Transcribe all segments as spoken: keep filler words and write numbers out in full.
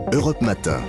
Europe Matin.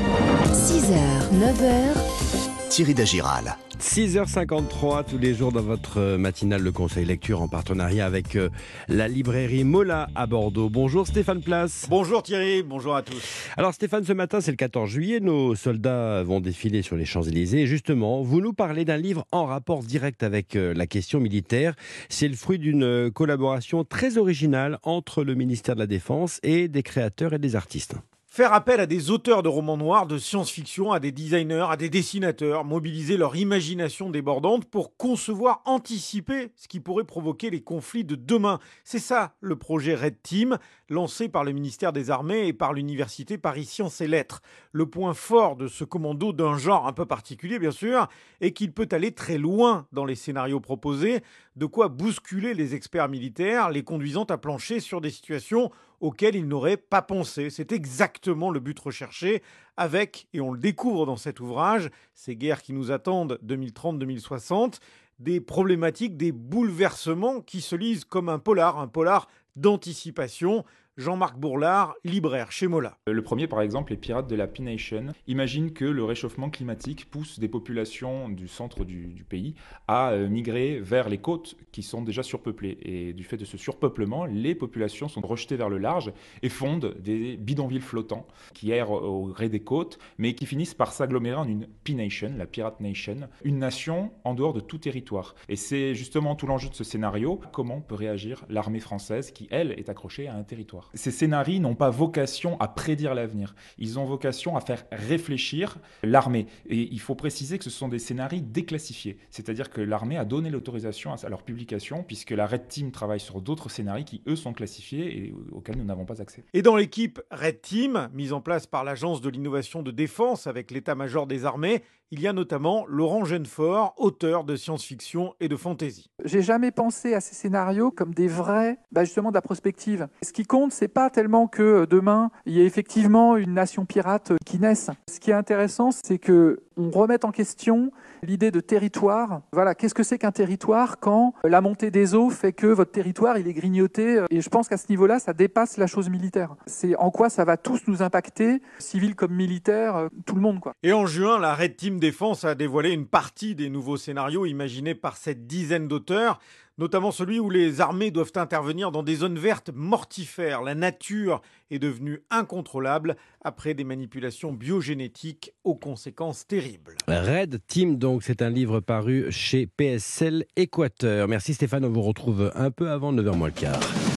six heures, neuf heures. Thierry Dagiral. six heures cinquante-trois tous les jours dans votre matinale Le Conseil Lecture en partenariat avec euh, la librairie Mola à Bordeaux. Bonjour Stéphane Place. Bonjour Thierry, bonjour à tous. Alors Stéphane, ce matin c'est le quatorze juillet, nos soldats vont défiler sur les Champs-Élysées et justement vous nous parlez d'un livre en rapport direct avec euh, la question militaire. C'est le fruit d'une euh, collaboration très originale entre le ministère de la Défense et des créateurs et des artistes. Faire appel à des auteurs de romans noirs, de science-fiction, à des designers, à des dessinateurs, mobiliser leur imagination débordante pour concevoir, anticiper ce qui pourrait provoquer les conflits de demain. C'est ça le projet Red Team, lancé par le ministère des Armées et par l'université Paris Sciences et Lettres. Le point fort de ce commando d'un genre un peu particulier bien sûr, est qu'il peut aller très loin dans les scénarios proposés, de quoi bousculer les experts militaires, les conduisant à plancher sur des situations auxquelles ils n'auraient pas pensé. C'est exactement le but recherché avec, et on le découvre dans cet ouvrage, ces guerres qui nous attendent deux mille trente deux mille soixante, des problématiques, des bouleversements qui se lisent comme un polar, un polar d'anticipation. Jean-Marc Bourlard, libraire chez Mola. Le premier, par exemple, les pirates de la P-Nation, imaginent que le réchauffement climatique pousse des populations du centre du, du pays à euh, migrer vers les côtes qui sont déjà surpeuplées. Et du fait de ce surpeuplement, les populations sont rejetées vers le large et fondent des bidonvilles flottants qui errent au gré des côtes, mais qui finissent par s'agglomérer en une P-Nation, la Pirate Nation, une nation en dehors de tout territoire. Et c'est justement tout l'enjeu de ce scénario, comment peut réagir l'armée française qui, elle, est accrochée à un territoire. Ces scénarios n'ont pas vocation à prédire l'avenir. Ils ont vocation à faire réfléchir l'armée. Et il faut préciser que ce sont des scénarios déclassifiés. C'est-à-dire que l'armée a donné l'autorisation à leur publication puisque la Red Team travaille sur d'autres scénarios qui, eux, sont classifiés et auxquels nous n'avons pas accès. Et dans l'équipe Red Team, mise en place par l'Agence de l'innovation de défense avec l'état-major des armées, il y a notamment Laurent Genefort, auteur de science-fiction et de fantasy. J'ai jamais pensé à ces scénarios comme des vrais, bah justement de la prospective. Ce qui compte, c'est pas tellement que demain, il y ait effectivement une nation pirate qui naisse. Ce qui est intéressant, c'est que on remette en question l'idée de territoire. Voilà, qu'est-ce que c'est qu'un territoire quand la montée des eaux fait que votre territoire, il est grignoté? Et je pense qu'à ce niveau-là, ça dépasse la chose militaire. C'est en quoi ça va tous nous impacter, civils comme militaires, tout le monde, quoi. Et en juin, la Red Team Défense a dévoilé une partie des nouveaux scénarios imaginés par cette dizaine d'auteurs, notamment celui où les armées doivent intervenir dans des zones vertes mortifères. La nature est devenue incontrôlable après des manipulations biogénétiques aux conséquences terribles. Red Team, donc, c'est un livre paru chez P S L Équateur. Merci Stéphane, on vous retrouve un peu avant neuf heures moins le quart.